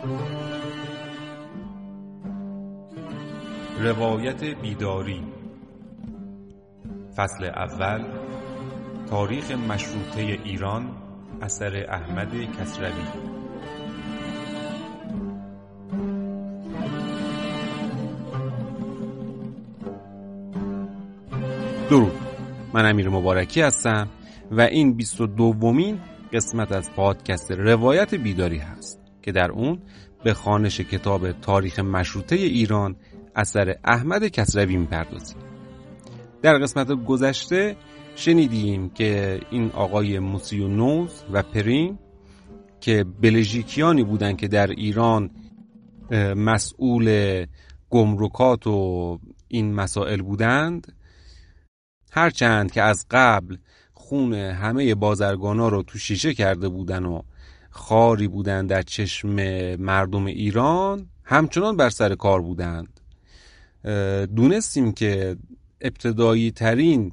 روایت بیداری، فصل اول، تاریخ مشروطه ایران، اثر احمد کسروی. درود، من امیر مبارکی هستم و این 22مین قسمت از پادکست روایت بیداری هست که در اون به خوانش کتاب تاریخ مشروطه ایران اثر احمد کسروی میپردازیم. در قسمت گذشته شنیدیم که این آقای موسیونوز و پرین که بلژیکیانی بودند که در ایران مسئول گمرکات و این مسائل بودند، هرچند که از قبل خون همه بازرگانا رو تو شیشه کرده بودن و خاری بودن در چشم مردم ایران، همچنان بر سر کار بودند. دونستیم که ابتدایی ترین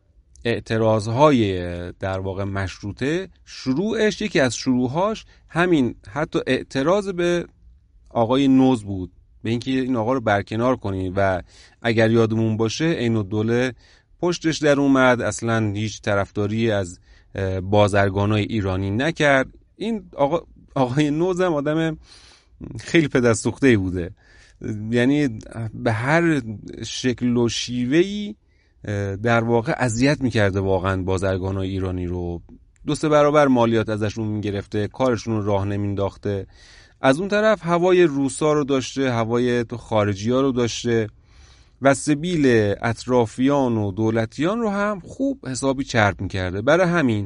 اعتراضهای در واقع مشروطه، شروعش، یکی از شروعهاش همین حتی اعتراض به آقای نوز بود، به اینکه این آقا رو برکنار کنیم. و اگر یادمون باشه عین‌الدوله پشتش در اومد، اصلا هیچ طرفداری از بازرگانای ایرانی نکرد. این آقای نوز هم آدم خیلی پدرسوخته‌ای بوده، یعنی به هر شکل و شیوهی در واقع اذیت میکرده واقعا بازرگانای ایرانی رو. 2-3 برابر مالیات ازشون میگرفته، کارشون رو راه نمینداخته. از اون طرف هوای روسا رو داشته، هوای خارجی ها رو داشته و سبیل اطرافیان و دولتیان رو هم خوب حسابی چرب میکرده. برای همین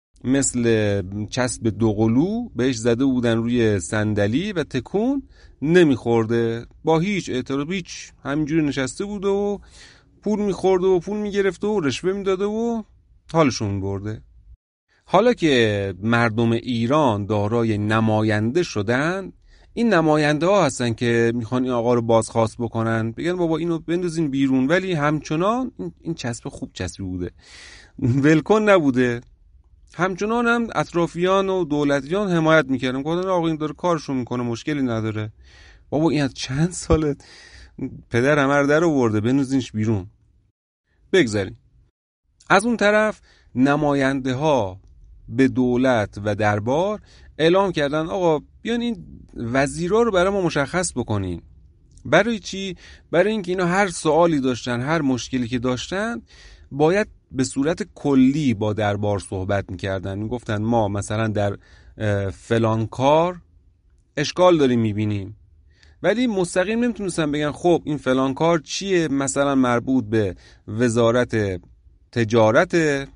مثل چسب دوقلو بهش زده بودن روی صندلی و تکون نمیخورده، با هیچ اعتراض، هیچ، همینجوری نشسته بوده و پول میخورده و پول میگرفته و رشوه میداده و حالشون برده. حالا که مردم ایران دارای نماینده شدن، این نماینده ها هستن که میخوان این آقا رو بازخواست بکنن، بگن بابا اینو بندازین بیرون، ولی همچنان این چسب خوب چسبی بوده، ولکن نبوده. همچنان هم اطرافیان و دولتیان حمایت میکردن، گفتن آقا این داره کارشو میکنه، مشکلی نداره. بابا این از چند ساله پدر همه رو در آورده، بندازینش بیرون. بگذاریم. از اون طرف نماینده ها به دولت و دربار اعلام کردن آقا بیان این وزیرا رو برای ما مشخص بکنین. برای چی؟ برای اینکه اینا هر سوالی داشتن، هر مشکلی که داشتن، باید به صورت کلی با دربار صحبت میکردن. میگفتن ما مثلا در فلان کار اشکال داریم میبینیم، ولی مستقیم نمیتونستن بگن خب این فلان کار چیه، مثلا مربوط به وزارت تجارت،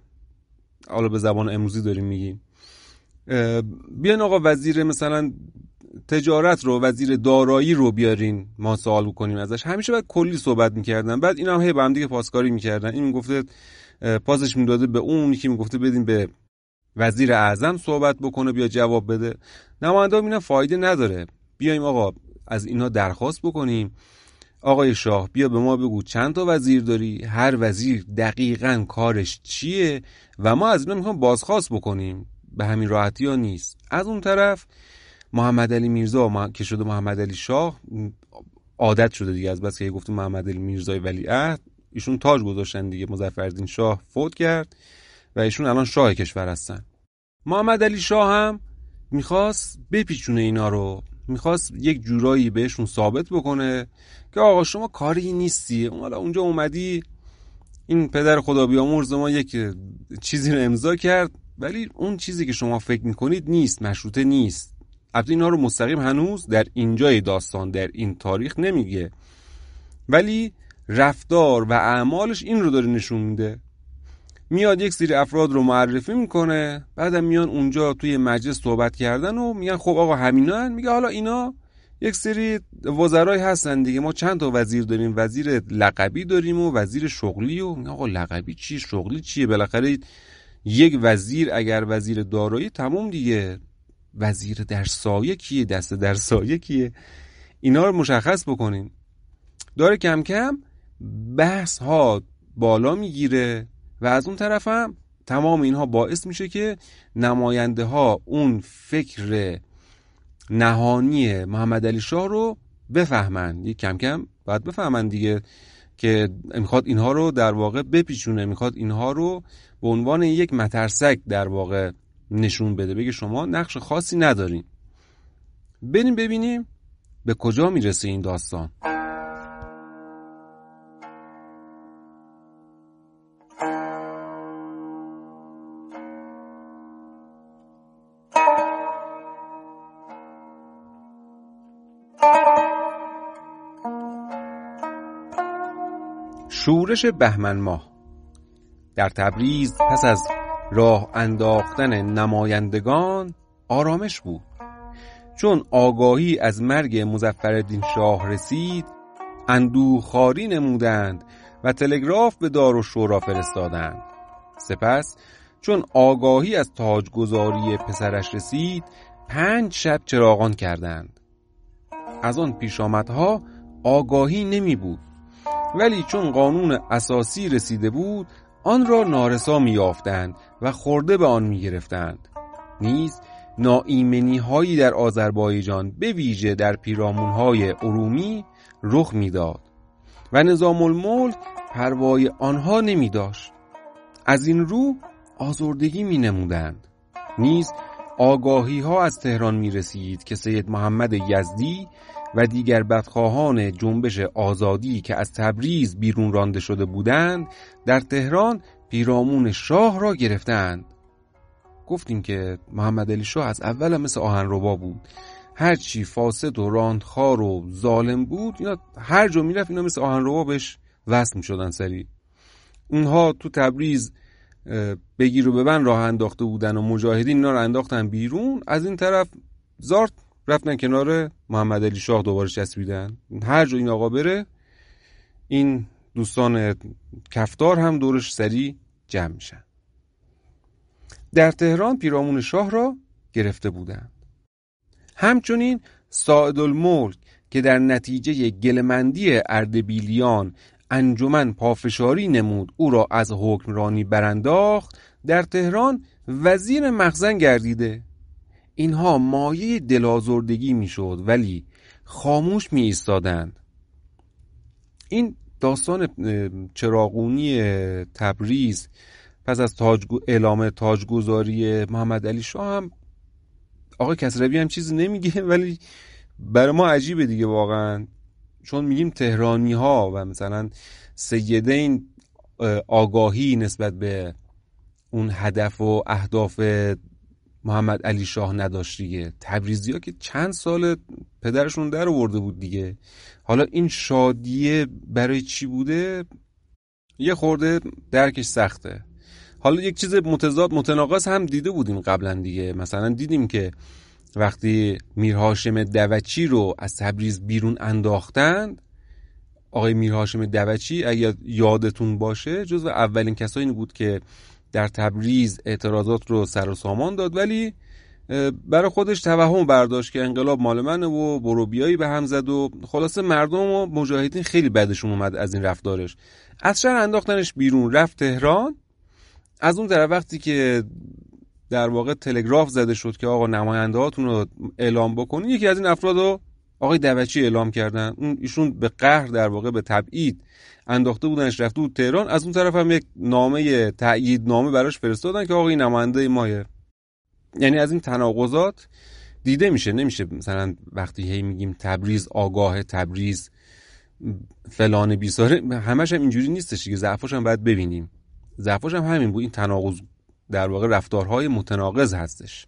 حالا به زبان امروزی داریم میگیم، بیان آقا وزیر مثلا تجارت رو، وزیر دارایی رو بیارین ما سوال بکنیم ازش. همیشه باید کلی صحبت میکردن. بعد اینا هم هی با هم دیگه پاسکاری میکردن، این میگفته پاسش میداده به اون، یکی میگفته بدین به وزیر اعظم صحبت بکنه بیا جواب بده. نماینده اینا فایده نداره، بیایم آقا از اینا درخواست بکنیم آقای شاه بیا به ما بگو چند تا وزیر داری، هر وزیر دقیقاً کارش چیه و ما از اینا میخوام بازخواست بکنیم. به همین راحتی ها نیست. از اون طرف محمد علی میرزا که شده محمد علی شاه، عادت شده دیگه، از بس که گفتیم محمد علی میرزای ولیعهد، ایشون تاج گذاشتن دیگه، مظفرالدین شاه فوت کرد و ایشون الان شاه کشور هستن. محمد علی شاه هم میخواست بپیچونه اینا رو، میخواست یک جورایی بهشون ثابت بکنه که آقا شما کاری نیستی، حالا اونجا اومدی این پدر خدا بیامرز ما یک چیزی رو امضا کرد، ولی اون چیزی که شما فکر میکنید نیست، مشروطه نیست. البته اینا رو مستقیم هنوز در اینجای داستان، در این تاریخ نمیگه، ولی رفتار و اعمالش این رو داره نشون میده. میاد یک سری افراد رو معرفی میکنه، بعدم میان اونجا توی مجلس صحبت کردن و میگن خب آقا همینا هن. میگه حالا اینا یک سری وزرای هستن دیگه، ما چند تا وزیر داریم، وزیر لقبی داریم و وزیر شغلی. و میگه آقا لقبی چیه، شغلی چیه؟ بالاخره یک وزیر اگر وزیر دارایی تمام دیگه، وزیر در سایه کیه، دست در سایه کیه؟ اینا رو مشخص بکنین. داره کم کم بحث ها بالا میگیره و از اون طرف هم تمام اینها باعث میشه که نماینده ها اون فکر نهانی محمد علی شاه رو بفهمن. یک کم کم باید بفهمن دیگه که میخواد اینها رو در واقع بپیچونه، میخواد اینها رو به عنوان یک مترسک در واقع نشون بده، بگه شما نقش خاصی ندارین. بریم ببینیم به کجا میرسه این داستان. شورش بهمن ماه در تبریز پس از راه انداختن نمایندگان آرامش بود. چون آگاهی از مرگ مظفرالدین شاه رسید، اندوهخواری نمودند و تلگراف به دارالشورا فرستادند. سپس چون آگاهی از تاجگذاری پسرش رسید، 5 شب چراغان کردند. از آن پیشامدها آگاهی نمی بود، ولی چون قانون اساسی رسیده بود آن را نارسا می یافتند و خورده به آن می گرفتند. نیز ناایمنی هایی در آذربایجان به ویژه در پیرامونهای ارومی رخ می داد و نظام الملک پروای آنها نمی داشت. از این رو آزردگی می نمودند. نیز آگاهی ها از تهران می رسید که سید محمد یزدی و دیگر بدخواهان جنبش آزادی که از تبریز بیرون رانده شده بودند در تهران پیرامون شاه را گرفتند. گفتیم که محمد علی شاه از اول هم مثل آهنربا بود، هرچی فاسد و راندخار و ظالم بود اینا هر جا میرفت اینا مثل آهنربا بهش وصل میشدن سریع. اونها تو تبریز بگیر و ببند راه انداخته بودن و مجاهدین اینا رو انداختن بیرون، از این طرف زارت رفتن کنار محمد علی شاه دوباره چسبیدن. هر جا این آقا بره این دوستان کفتار هم دورش سریع جمع میشن. در تهران پیرامون شاه را گرفته بودند. همچنین ساعدالملک که در نتیجه گلمندی اردبیلیان انجمن پافشاری نمود او را از حکمرانی برانداخت، در تهران وزیر مخزن گردیده. اینها مایه دلازردگی میشد ولی خاموش می ایستادند. این داستان چراغونی تبریز پس از اعلام تاجگذاری محمد علی شاه هم آقای کسروی هم چیزی نمیگه، ولی برای ما عجیبه دیگه واقعا، چون میگیم تهرانی ها و مثلا سیدین آگاهی نسبت به اون هدف و اهداف محمد علی شاه نداشت دیگه. تبریزی ها که چند سال پدرشون در آورده بود دیگه، حالا این شادیه برای چی بوده یه خورده درکش سخته. حالا یک چیز متناقض هم دیده بودیم قبلا دیگه، مثلا دیدیم که وقتی میرهاشم دوچی رو از تبریز بیرون انداختند، آقای میرهاشم دوچی اگر یادتون باشه جزو اولین کسایی بود که در تبریز اعتراضات رو سر و سامان داد، ولی برای خودش توهم برداشت که انقلاب مال منه و برو بیایی به هم زد و خلاصه مردم و مجاهدین خیلی بدشون اومد از این رفتارش. از شهر انداختنش بیرون، رفت تهران. از اون طرف وقتی که در واقع تلگراف زده شد که آقا نماینده هاتون رو اعلام بکنین، یکی از این افراد رو آقای دبچی اعلام کردن. ایشون به قهر در واقع به تبعید انداخته بودنش، رفته بود تهران. از اون طرف هم یک نامه تأیید نامه براش فرستادن که آقا این نماینده مایه. یعنی از این تناقضات دیده میشه. نمیشه مثلا وقتی هی میگیم تبریز آگاه، تبریز فلان بیساره، همش هم اینجوری نیستش دیگه. ضعفاش هم باید ببینیم. ضعفاش هم همین بود، این تناقض در واقع رفتارهای متناقض هستش.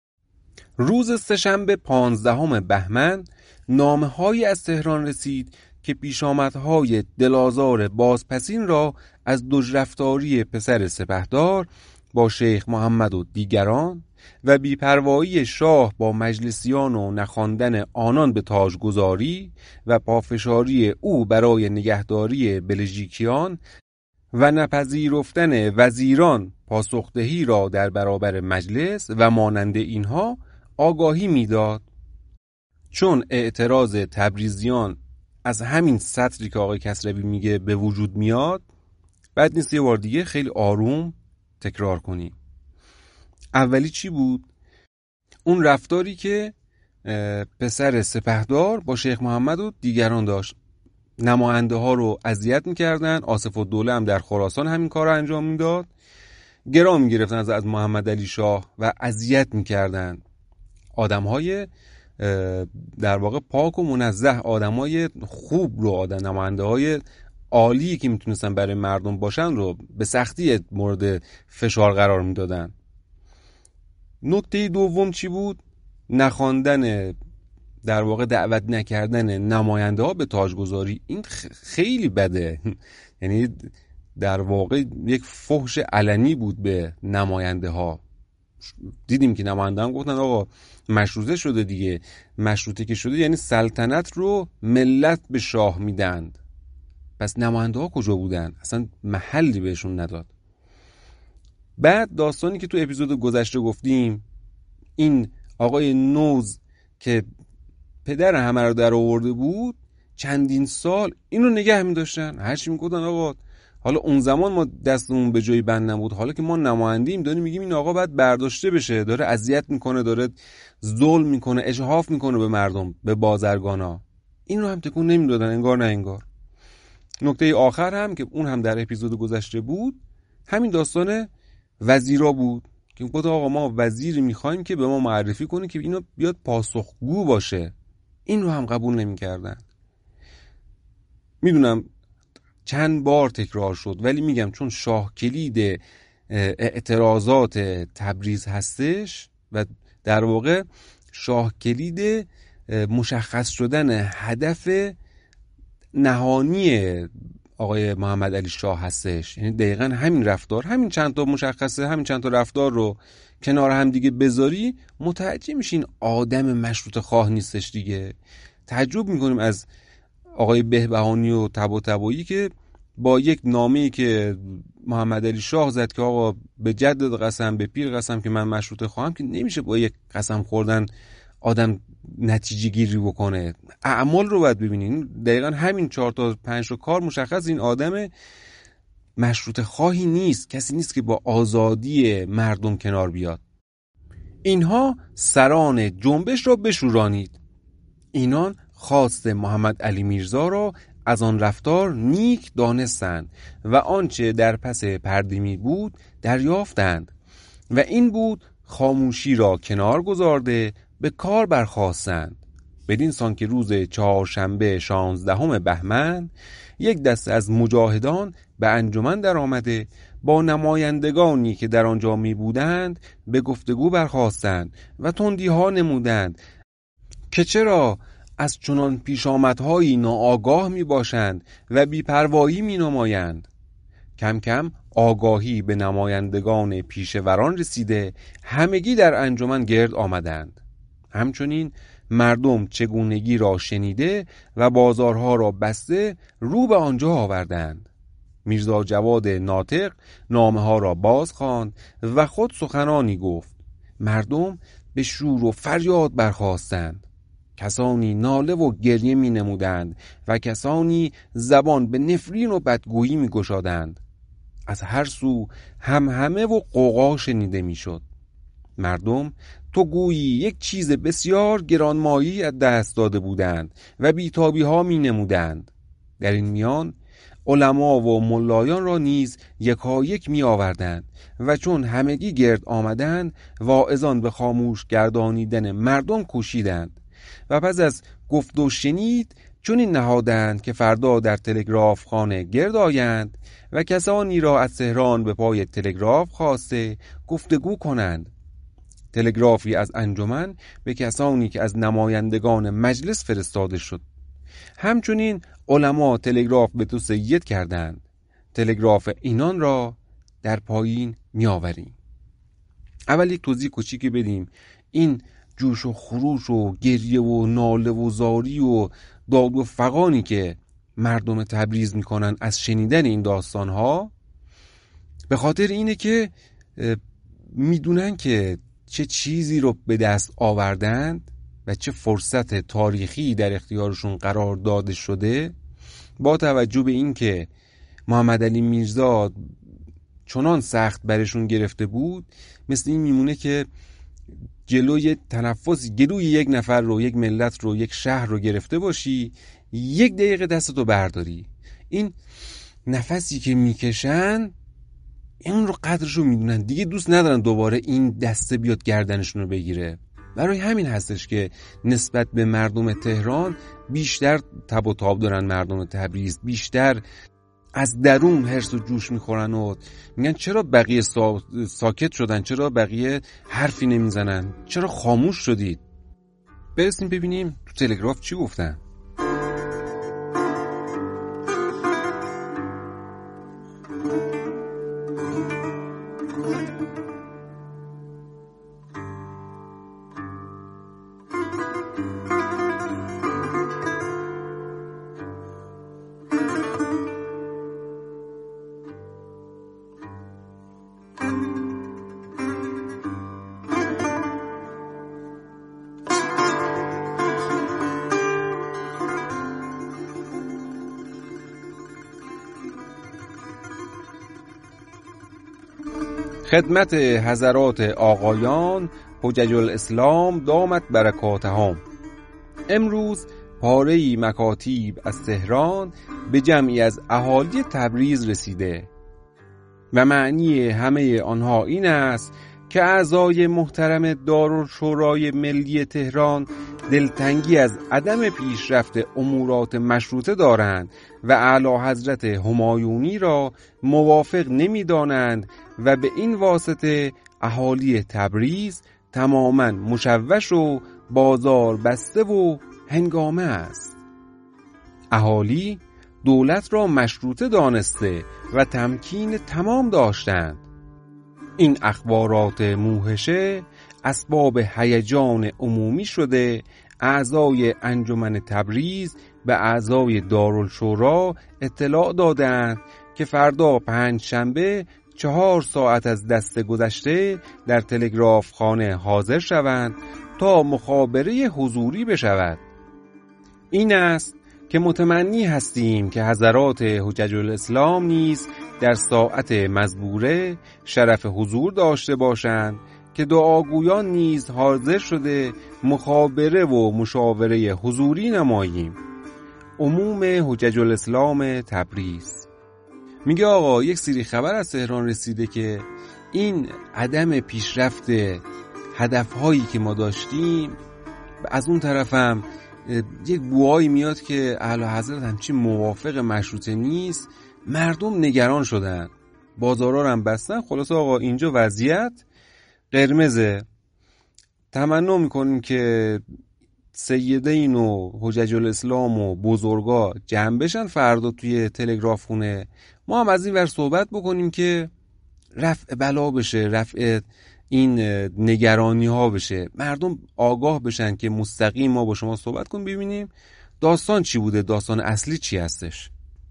روز سه‌شنبه 15 بهمن نامه‌هایی از تهران رسید که پیشامدهای دلازار بازپسین را از دژرفتاری پسر سپهدار با شیخ محمد و دیگران و بی‌پروایی شاه با مجلسیان و نخواندن آنان به تاجگذاری و پافشاری او برای نگهداری بلژیکیان و نپذیرفتن وزیران پاسخدهی را در برابر مجلس و مانند اینها آگاهی میداد. چون اعتراض تبریزیان از همین سطری که آقای کسروی میگه به وجود میاد، بعد نیست یه بار دیگه خیلی آروم تکرار کنیم. اولی چی بود؟ اون رفتاری که پسر سپهدار با شیخ محمد و دیگران داشت. نماینده ها رو اذیت میکردن. آصف الدوله هم در خراسان همین کار رو انجام میداد. گرا میگرفتن از محمد علی شاه و اذیت میکردن. آدم‌های در واقع پاک و منزه، آدم‌های خوب رو، نماینده‌های عالی که میتونستن برای مردم باشن رو به سختی مورد فشار قرار میدادن. نکته دوم چی بود؟ نخواندن، در واقع دعوت نکردن نماینده ها به تاجگذاری. این خیلی بده. یعنی در واقع یک فحش علنی بود به نماینده ها. دیدیم که نماینده هم گفتن آقا مشروطه شده دیگه. مشروطه که شده یعنی سلطنت رو ملت به شاه میدند. پس نماینده ها کجا بودن؟ اصلا محلی بهشون نداد. بعد داستانی که تو اپیزود گذشته گفتیم، این آقای نوز که پدر همه رو در آورده بود چندین سال اینو نگه می داشتن. هرچی میگفتن آقا حالا اون زمان ما دستمون به جایی بند نبود، حالا که ما نمایندیم داریم میگیم این آقا باید برداشته بشه، داره اذیت میکنه، داره ظلم میکنه، اجحاف میکنه به مردم، به بازرگانا. این رو هم تکون نمیدادن انگار نه انگار. نکته آخر هم که اون هم در اپیزود گذشته بود، همین داستان وزیرا بود که گفت آقا ما وزیری میخوایم که به ما معرفی کنه که اینو بیاد پاسخگو باشه. این رو هم قبول نمی‌کردن. میدونم چند بار تکرار شد ولی میگم چون شاه کلید اعتراضات تبریز هستش و در واقع شاه کلید مشخص شدن هدف نهانی آقای محمد علی شاه هستش. یعنی دقیقاً همین رفتار، همین چند تا مشخصه، همین چند تا رفتار رو کنار هم دیگه بذاری متوجه میشین آدم مشروطه خواه نیستش دیگه. تعجب میکنیم از آقای بهبهانی و طباطبایی که با یک نامه‌ای که محمد علی شاه زد که آقا به جدد قسم به پیر قسم که من مشروطه خواهم، که نمیشه با یک قسم خوردن آدم نتیجه گیری بکنه. اعمال رو باید ببینین. دقیقاً همین 4 تا 5 تا کار مشخص این آدم مشروطه خواهی نیست، کسی نیست که با آزادی مردم کنار بیاد. اینها سران جنبش را بشورانید. اینان خواست محمد علی میرزا را از آن رفتار نیک دانستند و آنچه در پس پرده می بود دریافتند و این بود خاموشی را کنار گذارده به کار برخاستند. بدین سان که روز چهارشنبه 16 بهمن یک دسته از مجاهدان به انجمن در آمده با نمایندگانی که در آنجا می بودند به گفتگو برخاستند و تندی ها نمودند که چرا از چنان پیشامدهایی ناآگاه می باشند و بی‌پروایی می نمایند. کم کم آگاهی به نمایندگان پیشوران رسیده همگی در انجمن گرد آمدند. همچنین مردم چگونگی را شنیده و بازارها را بسته رو به آنجا آوردند. میرزا جواد ناطق نامه ها را باز خواند و خود سخنانی گفت. مردم به شور و فریاد برخاستند. کسانی ناله و گریه می نمودند و کسانی زبان به نفرین و بدگویی می گشادند. از هر سو همهمه و قوقا شنیده می شد. مردم تو گویی یک چیز بسیار گرانمایی از دست داده بودند و بیتابی ها می نمودند. در این میان علما و ملایان را نیز یکایک می آوردند و چون همگی گرد آمدند واعظان به خاموش گردانیدن مردم کوشیدند و پس از گفت و شنید چون این نهادند که فردا در تلگراف خانه گرد آیند و کسانی را از تهران به پای تلگراف خواسته گفتگو کنند. تلگرافی از انجمن به کسانی که از نمایندگان مجلس فرستاده شد. همچنین علما تلگراف به تو سید کردند. تلگراف اینان را در پایین می آوریم. اول یک توضیح کوچیکی بدیم. این جوش و خروش و گریه و ناله و زاری و داد و فغانی که مردم تبریز میکنن از شنیدن این داستانها به خاطر اینه که میدونن که چه چیزی رو به دست آوردند و چه فرصت تاریخی در اختیارشون قرار داده شده. با توجه به این که محمد علی میرزا چنان سخت برشون گرفته بود، مثل این میمونه که جلوی تنفس گلوی یک نفر رو، یک ملت رو، یک شهر رو گرفته باشی، 1 دقیقه دستتو برداری. این نفسی که میکشن این رو قدرشو میدونن دیگه، دوست ندارن دوباره این دسته بیاد گردنشون رو بگیره. برای همین هستش که نسبت به مردم تهران بیشتر تب و تاب دارن، مردم تبریز بیشتر از درون حرص و جوش میخورن و میگن چرا بقیه ساکت شدن، چرا بقیه حرفی نمیزنن، چرا خاموش شدید. برسیم ببینیم تو تلگراف چی گفتن. خدمت حضرات آقایان حجج الاسلام دامت برکاتهم. امروز پاره‌ای مکاتیب از تهران به جمعی از اهالی تبریز رسیده و معنی همه آنها این است که اعضای محترم دارالشورای ملی تهران دلتنگی از عدم پیشرفت امورات مشروطه دارند و اعلی حضرت همایونی را موافق نمی دانند و به این واسطه اهالی تبریز تماما مشوش و بازار بسته و هنگامه است. اهالی دولت را مشروطه دانسته و تمکین تمام داشتند. این اخبارات موحشه اسباب هیجان عمومی شده اعضای انجمن تبریز به اعضای دارالشورا اطلاع دادند که فردا 5 شنبه 4 ساعت از دست گذشته در تلگراف خانه حاضر شوند تا مخابره حضوری بشود. این است که متمنی هستیم که حضرات حجج الاسلام نیز در ساعت مزبوره شرف حضور داشته باشند که دعاگویان نیز حاضر شده مخابره و مشاوره حضوری نماییم. عموم حجج الاسلام تبریز. میگه آقا یک سری خبر از تهران رسیده که این عدم پیشرفت هدفهایی که ما داشتیم، از اون طرفم یک بوهایی میاد که اعلی حضرت همچین موافق مشروطه نیست. مردم نگران شدن، بازارا هم بستن. خلاص آقا اینجا وضعیت قرمزه. تمنا میکنیم که سیدین و حجج الاسلام و بزرگا جمع بشن فردا توی تلگراف خونه، ما هم از این ور صحبت بکنیم که رفع بلا بشه، رفع این نگرانی ها بشه، مردم آگاه بشن که مستقیم ما با شما صحبت کنیم ببینیم داستان چی بوده، داستان اصلی چی هستش.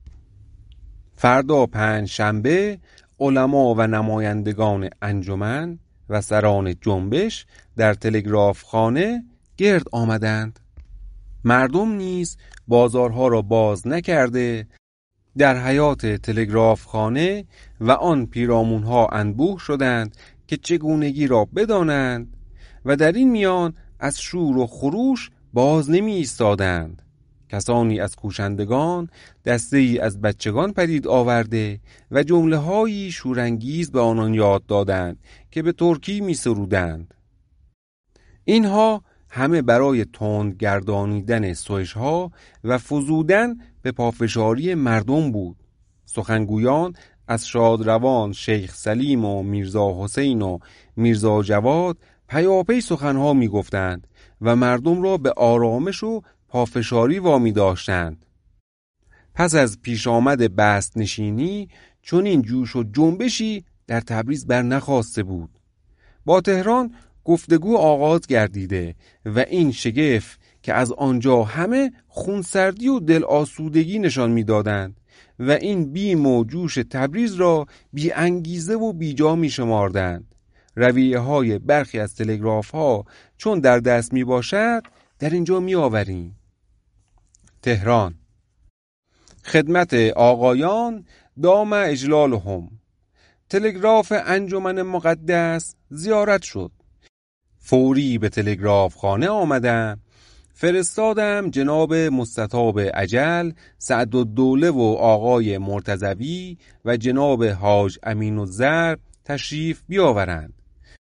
فردا 5 شنبه علما و نمایندگان انجمن و سران جنبش در تلگراف خانه گرد آمدند. مردم نیز بازارها را باز نکرده در حیات تلگراف خانه و آن پیرامونها انبوه شدند که چگونگی را بدانند و در این میان از شور و خروش باز نمی ایستادند. کسانی از کوشندگان دسته‌ای از بچگان پدید آورده و جمله‌هایی شورانگیز به آنان یاد دادند که به ترکی می سرودند. اینها همه برای تند گردانیدن سویش‌ها و فزودن به پافشاری مردم بود. سخنگویان از شادروان شیخ سلیم و میرزا حسین و میرزا جواد پیاپی سخنها می گفتند و مردم را به آرامش و پافشاری وامی داشتند. پس از پیش آمد بست نشینی چون این جوش و جنبشی در تبریز بر نخواسته بود. با تهران گفتگو آغاز گردیده و این شگفت که از آنجا همه خونسردی و دل آسودگی نشان می دادند و این بیم و جوش تبریز را بی انگیزه و بی جا می شماردند. رویه های برخی از تلگراف ها چون در دست می باشد در اینجا می آوریم. تهران. خدمت آقایان دام اجلالهم. تلگراف انجمن مقدس زیارت شد. فوری به تلگراف خانه آمدم، فرستادم جناب مستطاب اجل سعدالدوله و آقای مرتضوی و جناب حاج امین الزرب تشریف بیاورند.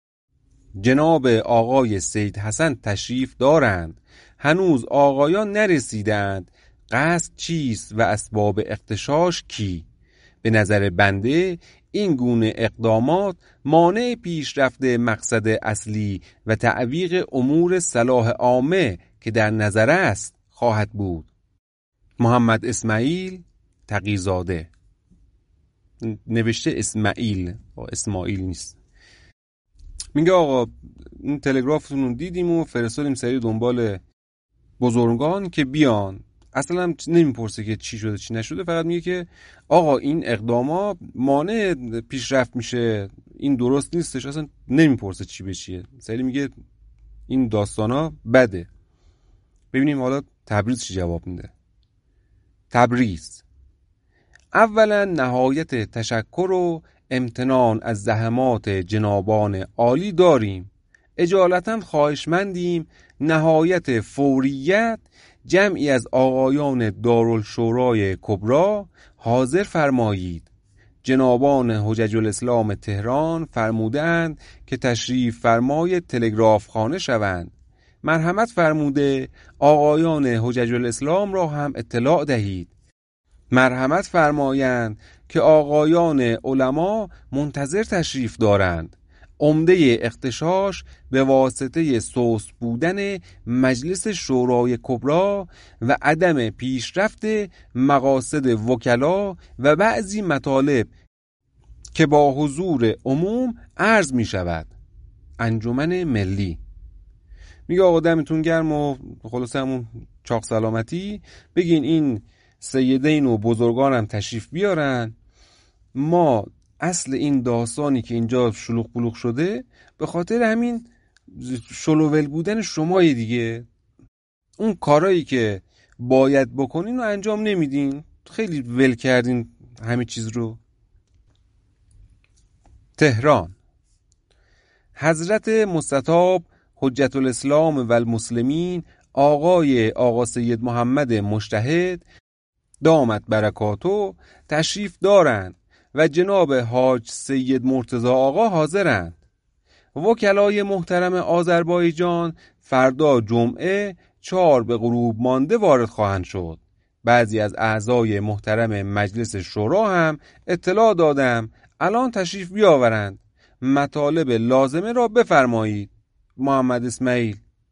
جناب آقای سید حسن تشریف دارند. هنوز آقایان نرسیدند. قصد چیست و اسباب اغتشاش کی؟ به نظر بنده این گونه اقدامات مانع پیشرفت مقصد اصلی و تعویق امور صلاح عامه که در نظر است خواهد بود. محمد اسماعیل تقی‌زاده. نوشته اسماعیل نیست. میگه آقا این تلگرافتون رو دیدیم و فرستادیم سریع دنبال بزرگان که بیان. اصلا هم نمیپرسه که چی شده چی نشده، فقط میگه که آقا این اقدامات مانع پیشرفت میشه، این درست نیستش. اصلا نمیپرسه چی به چیه، سریع میگه این داستانا بده. ببینیم حالا تبریز چی جواب میده. تبریز: اولا نهایت تشکر و امتنان از زحمات جنابان عالی داریم. اجالتا خواهشمندیم نهایت فوریت جمعی از آقایان دارالشورای کبری حاضر فرمایید. جنابان حجج الاسلام تهران فرمودند که تشریف فرمای تلگراف خانه شوند. مرحمت فرموده آقایان حجج الاسلام را هم اطلاع دهید. مرحمت فرمایند که آقایان علما منتظر تشریف دارند. عمده اغتشاش به واسطه سست بودن مجلس شورای کبری و عدم پیشرفت مقاصد وکلا و بعضی مطالب که با حضور عموم عرض می شود. انجمن ملی. میگه آقا دمتون گرم و خلاصه همون چاق سلامتی. بگین این سیدین و بزرگانم تشریف بیارن. ما اصل این داستانی که اینجا شلوغ بلوغ شده به خاطر همین شلوول بودن شمای دیگه. اون کارایی که باید بکنین رو انجام نمیدین، خیلی ول کردین همه چیز رو. تهران: حضرت مستطاب حجت الاسلام و المسلمین آقا سید محمد مجتهد دامت برکاتو تشریف دارند و جناب حاج سید مرتضی آقا حاضرند. وکلای محترم آذربایجان فردا جمعه 4 به غروب مانده وارد خواهند شد. بعضی از اعضای محترم مجلس شورا هم اطلاع دادم الان تشریف بیاورند. مطالب لازمه را بفرمایید. محمد اسماعیل.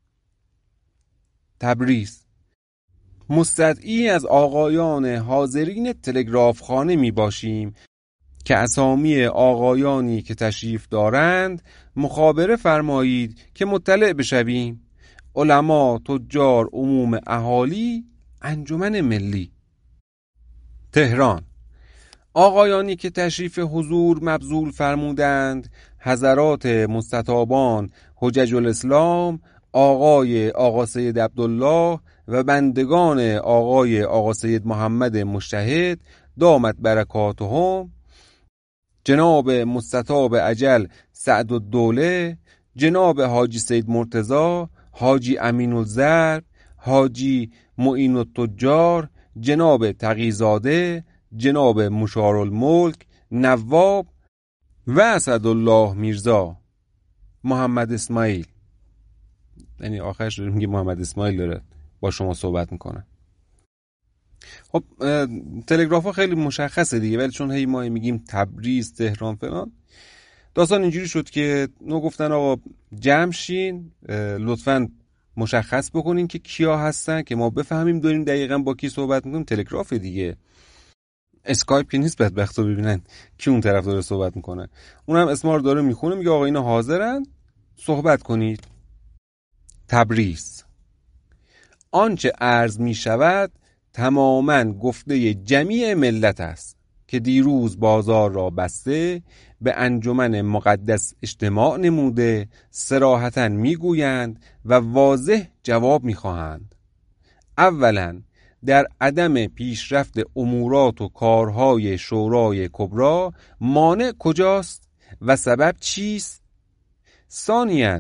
تبریز: مستدعی از آقایان حاضرین تلگراف خانه می باشیم که اسامی آقایانی که تشریف دارند مخابره فرمایید که مطلع بشویم. علما، تجار، عموم اهالی، انجمن ملی. تهران: آقایانی که تشریف حضور مبذول فرمودند حضرات مستطابان حجج الاسلام آقا سید عبدالله و بندگان آقا سید محمد مجتهد دامت برکاتهم، جناب مستطاب اجل سعدالدوله، جناب حاجی سید مرتضی، حاجی امین الزرب، حاجی معین التجار، جناب تقی‌زاده، جناب مشارالملک نواب و اسدالله میرزا. محمد اسماعیل. یعنی آخرش داره میگه محمد اسماعیل داره با شما صحبت میکنه. خب تلگراف ها خیلی مشخصه دیگه، ولی چون هی ما میگیم تبریز، تهران، فلان، داستان اینجوری شد که نو گفتن آقا جمع شین، لطفاً مشخص بکنین که کیا هستن که ما بفهمیم داریم دقیقاً با کی صحبت میکنیم. تلگراف دیگه، اسکایپ که نیست بدبختو ببینن کی اون طرف داره صحبت میکنه. اونم اسما رو داره میخونه، میگه آقا اینا حاضرن، صحبت کنید. تبریز: آنچه عرض می شود تماماً گفته جمیع ملت است که دیروز بازار را بسته به انجمن مقدس اجتماع نموده صراحتاً می گویند و واضح جواب می خواهند. اولاً در عدم پیشرفت امورات و کارهای شورای کبری مانع کجاست و سبب چیست؟ ثانیاً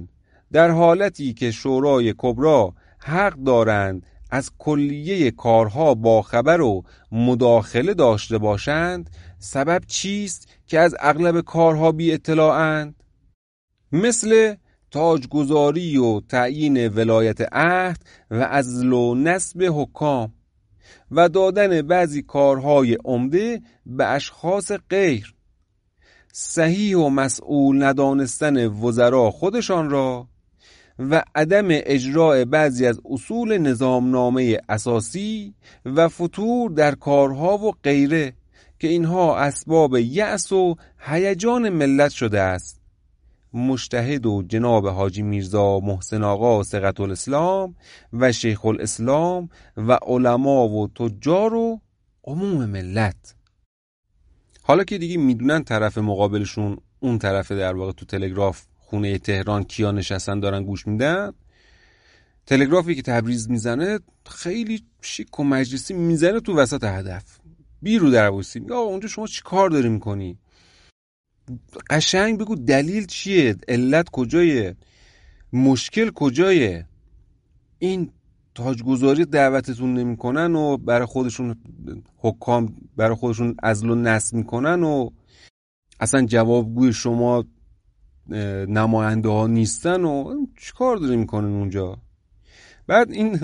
در حالتی که شورای کبرا حق دارند از کلیه کارها باخبر و مداخله داشته باشند، سبب چیست که از اغلب کارها بی اطلاعند؟ مثل تاجگذاری و تعیین ولایت عهد و عزل و نصب حکام و دادن بعضی کارهای عمده به اشخاص غیر، صحیح و مسئول ندانستن وزرا خودشان را و عدم اجراع بعضی از اصول نظامنامه اساسی و فتور در کارها و غیره که اینها اسباب یأس و هیجان ملت شده است. مجتهد و جناب حاجی میرزا محسن آقا ثقة الاسلام و شیخ الاسلام و علما و تجار و عموم ملت. حالا که دیگه میدونن طرف مقابلشون اون طرف، در واقع تو تلگراف خونه تهران کیا نشستن دارن گوش میدن، تلگرافی که تبریز میزنه خیلی شیک و مجلسی میزنه تو وسط هدف، بیرو دروسی، میگه آقا اونجا شما چی کار داری میکنی؟ قشنگ بگو دلیل چیه؟ علت کجایه؟ مشکل کجایه؟ این تاجگذاری دعوتتون نمیکنن و برای خودشون حکام برای خودشون عزل و نصب میکنن و اصلا جوابگوی شما نماینده ها نیستن و چی کار داری میکنن اونجا؟ بعد این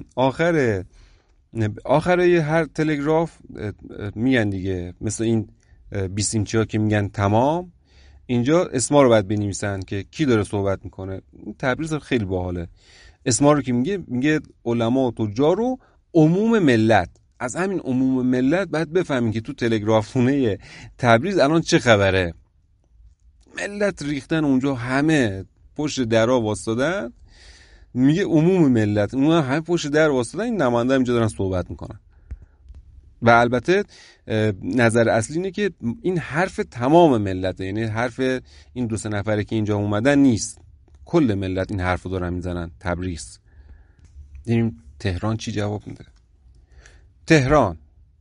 آخره هر تلگراف میگن دیگه، مثل این بیسیمچی ها که میگن تمام، اینجا اسما رو باید بنویسن که کی داره صحبت میکنه. این تبریز خیلی باحاله. اسما رو که میگه علما و تجار و عموم ملت. از همین عموم ملت باید بفهمین که تو تلگرافخونه تبریز الان چه خبره. ملت ریختن اونجا، همه پشت درا واسطادن، میگه عموم ملت، اونها همه پشت در واسطادن، این نماینده اینجا دارن صحبت میکنن. و البته نظر اصلی اینه که این حرف تمام ملته، یعنی حرف این 2-3 نفره که اینجا اومدن نیست، کل ملت این حرفو دارن میزنن. تبریز. ببینیم تهران چی جواب میده. تهران: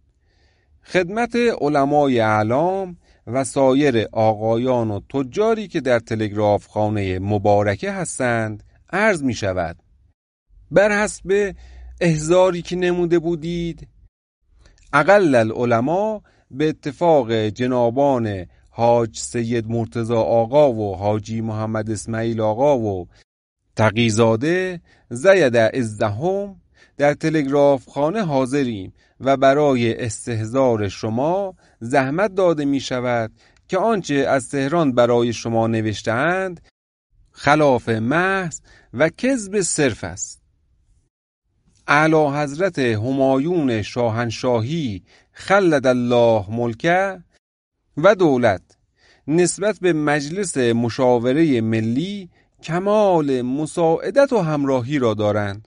خدمت علمای اعلام و سایر آقایان و تجاری که در تلگراف خانه مبارکه هستند عرض می شود بر حسب احضاری که نموده بودید، اقل العلماء به اتفاق جنابان حاج سید مرتضی آقا و حاجی محمد اسماعیل آقا و تقیزاده زید عزهم در تلگراف خانه حاضریم و برای استحضار شما زحمت داده می شود که آنچه از تهران برای شما نوشته‌اند خلاف محض و کذب صرف است. اعلی حضرت همایون شاهنشاهی خلد الله ملکه و دولت نسبت به مجلس مشاوره ملی کمال مساعدت و همراهی را دارند.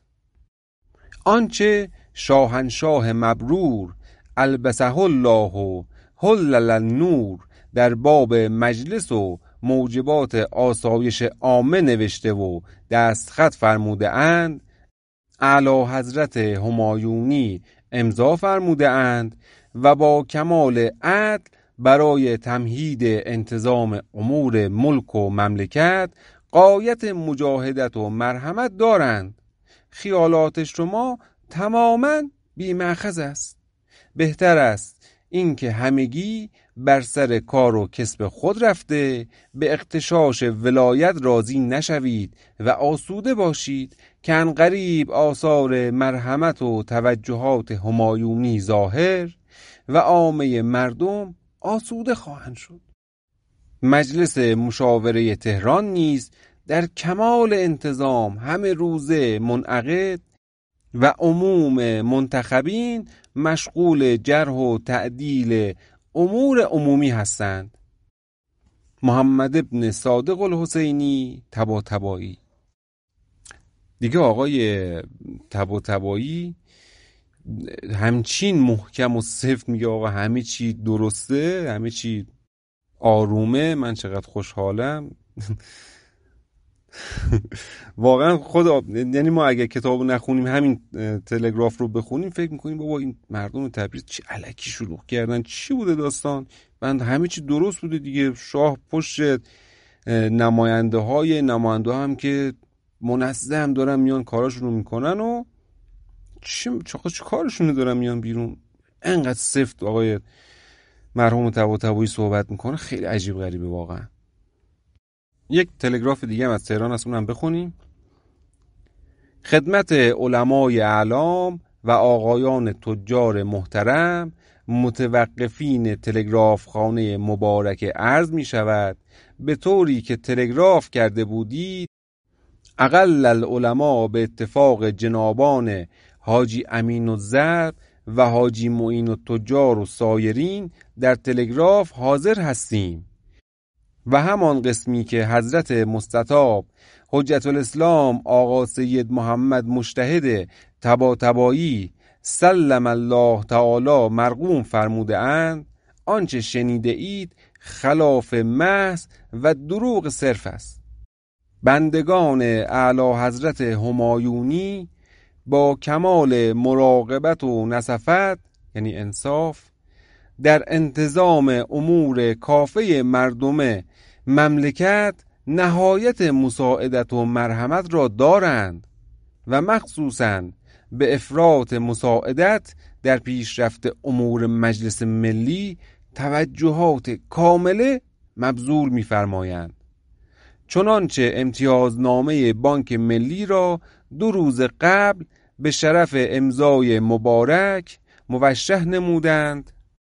آنچه شاهنشاه مبرور البسه الله حلل النور در باب مجلس و موجبات آسایش عامه نوشته و دستخط فرموده اند، اعلی حضرت همایونی امضا فرموده اند و با کمال عدل برای تمهید انتظام امور ملک و مملکت غایت مجاهدت و مرحمت دارند. خیالات شما تماماً بی مأخذ است. بهتر است اینکه همگی بر سر کار و کسب خود رفته به اغتشاش ولایت راضی نشوید و آسوده باشید که عنقریب آثار مرحمت و توجهات همایونی ظاهر و عامه مردم آسوده خواهند شد. مجلس مشاوره تهران نیز در کمال انتظام همه روزه منعقد و عموم منتخبین مشغول جرح و تعدیل امور عمومی هستند. محمد ابن صادق الحسینی طباطبایی. دیگه آقای طباطبایی همچین محکم و سفت میگه آقا همه چی درسته، همه چی آرومه، من چقدر خوشحالم. واقعا خدا، یعنی ما اگه کتابو نخونیم همین تلگراف رو بخونیم فکر میکنیم بابا این مردم تبریز چی الکی شروع کردن، چی بوده داستان، بند همه چی درست بوده دیگه. شاه پشت نماینده هم که منظم دارن میان کاراشون رو میکنن و چه کارشون رو دارن میان بیرون. انقدر سفت آقای مرحوم طباطبایی صحبت میکنه، خیلی عجیب غریبه واقعا. یک تلگراف دیگه هم از تهران هست، اونم بخونیم. خدمت علمای اعلام و آقایان تجار محترم متوقفین تلگراف خانه مبارک عرض می شود به طوری که تلگراف کرده بودید اقل العلماء به اتفاق جنابان حاجی امین الضرب و حاجی معین التجار و سایرین در تلگراف حاضر هستیم و همان قسمی که حضرت مستطاب حجت الاسلام آقا سید محمد مجتهد طباطبایی سلم الله تعالی مرقوم فرموده اند، آنچه شنیده اید خلاف محض و دروغ صرف است. بندگان اعلی حضرت همایونی با کمال مراقبت و نصفت، یعنی انصاف، در انتظام امور کافه مردم مملکت نهایت مساعدت و مرحمت را دارند و مخصوصاً به افراط مساعدت در پیشرفت امور مجلس ملی توجهات کامله مبذول می‌فرمایند. چنانچه امتیازنامه بانک ملی را 2 روز قبل به شرف امضای مبارک موشح نمودند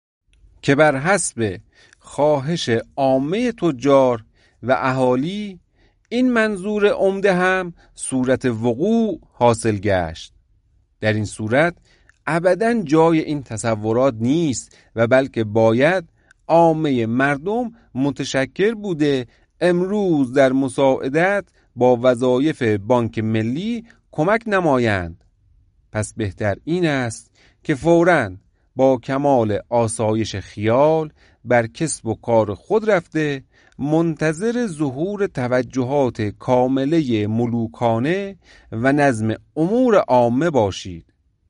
که بر حسب خواهش عامه تجار و اهالی این منظور عمده هم صورت وقوع حاصل گشت. در این صورت ابداً جای این تصورات نیست و بلکه باید عامه مردم متشکر بوده امروز در مساعدت با وظایف بانک ملی کمک نمایند. پس بهتر این است که فوراً با کمال آسایش خیال بر کسب و کار خود رفته منتظر ظهور توجهات کامله ملوکانه و نظم امور عامه باشید.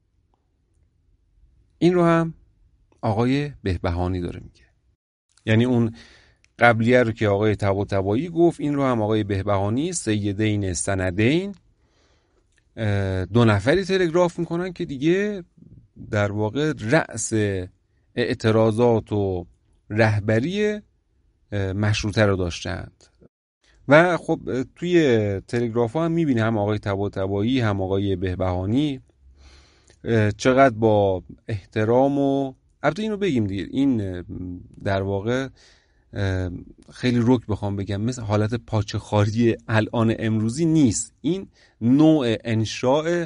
این رو هم آقای بهبهانی داره میگه، یعنی اون قبلیه رو که آقای طباطبایی گفت این رو هم آقای بهبهانی سیدین سندین 2 نفری تلگراف میکنن که دیگه در واقع رأس اعتراضات و رهبری مشروطه رو داشتند. و خب توی تلگراف ها هم میبینه هم آقای طباطبایی هم آقای بهبهانی چقدر با احترام و البته اینو بگیم دیگه، این در واقع خیلی رک بخوام بگم مثل حالت پاچه خاری الان امروزی نیست، این نوع انشاء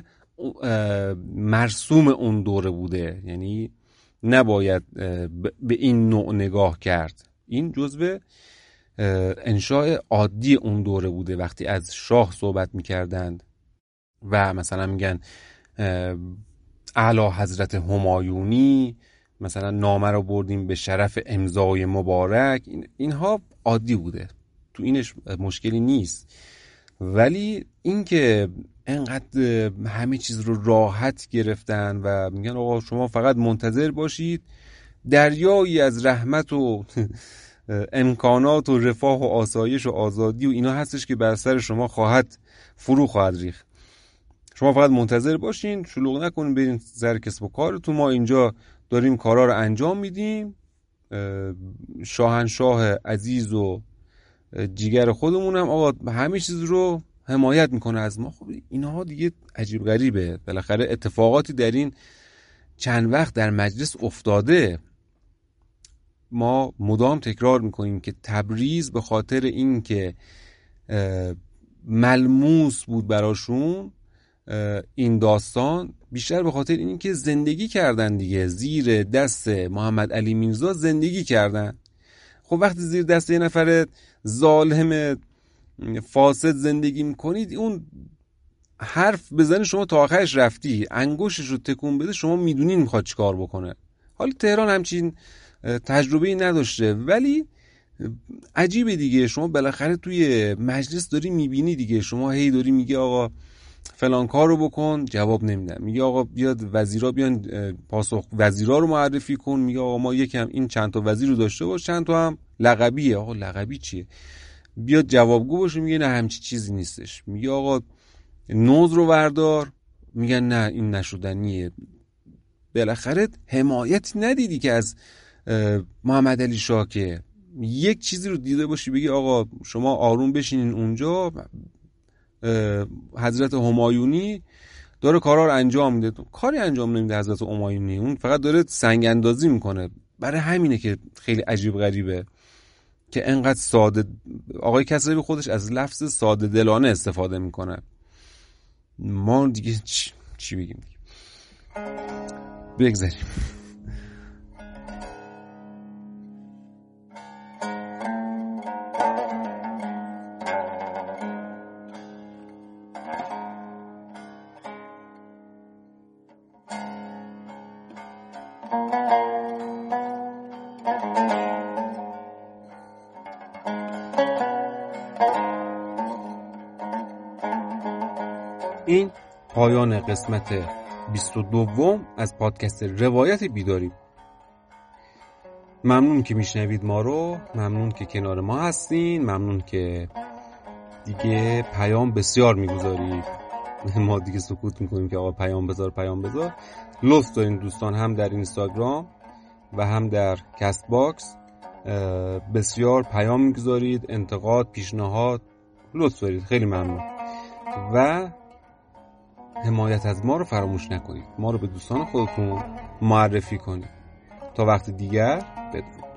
مرسوم اون دوره بوده، یعنی نباید به این نوع نگاه کرد. این جزو انشاء عادی اون دوره بوده. وقتی از شاه صحبت میکردند و مثلا میگن اعلی حضرت همایونی، مثلا نامه رو بردیم به شرف امضای مبارک، اینها عادی بوده، تو اینش مشکلی نیست. ولی اینکه انقدر همه چیز رو راحت گرفتن و میگن آقا شما فقط منتظر باشید دریایی از رحمت و امکانات و رفاه و آسایش و آزادی و اینا هستش که بر سر شما فرو خواهد ریخت، شما فقط منتظر باشین، شلوغ نکنین، برین سر کسب و کارتون، ما اینجا داریم کارا رو انجام میدیم، شاهنشاه عزیز و جیگر خودمونم آقا همه چیز رو حمایت میکنه از ما. خب اینها دیگه عجیب غریبه. بالاخره اتفاقاتی در این چند وقت در مجلس افتاده. ما مدام تکرار میکنیم که تبریز به خاطر این که ملموس بود براشون این داستان، بیشتر به خاطر این که زندگی کردن دیگه، زیر دست محمد علی میرزا زندگی کردن. خب وقتی زیر دست یه نفر ظالم فاسد زندگی میکنید، اون حرف بزنه شما تا آخرش رفتی، انگشتش رو تکون بده شما میدونین میخواد چیکار بکنه. حالا تهران همچین تجربه‌ای نداشته، ولی عجیبه دیگه، شما بالاخره توی مجلس داری میبینی دیگه، شما هی داری میگه آقا فلان کار رو بکن، جواب نمیدن، میگه آقا بیاد وزیرا بیان پاسخ وزیرا رو معرفی کن، میگه آقا ما یکم این چند تا وزیر رو داشته باش، چند تا هم لقبیه. آقا لقبی چیه؟ بیاد جوابگو باشه، میگه نه همچی چیزی نیستش. میگه آقا نوز رو وردار، میگن نه این نشدنیه. بالاخره حمایتی ندیدی که از محمد علی شاه که یک چیزی رو دیده باشی بگی آقا شما آروم بشینین اونجا، حضرت همایونی داره کارا رو انجام میده. کاری انجام نمیده حضرت همایونی، اون فقط داره سنگ اندازی میکنه. برای همینه که خیلی عجیب غریبه که انقدر ساده آقای کسروی خودش از لفظ ساده دلانه استفاده میکنه. ما دیگه چی بگیم دیگه؟ بگذاریم. این پایان قسمت 22 از پادکست روایت بیداری. ممنون که میشنوید ما رو، ممنون که کنار ما هستین، ممنون که دیگه پیام بسیار میگذارید. ما دیگه سکوت میکنیم که آقا پیام بذار. لطف دارین دوستان، هم در اینستاگرام و هم در کست باکس بسیار پیام میگذارید، انتقاد، پیشنهاد، لطف دارید، خیلی ممنون. و حمایت از ما رو فراموش نکنید، ما رو به دوستان خودتون معرفی کنید. تا وقت دیگر بدرود.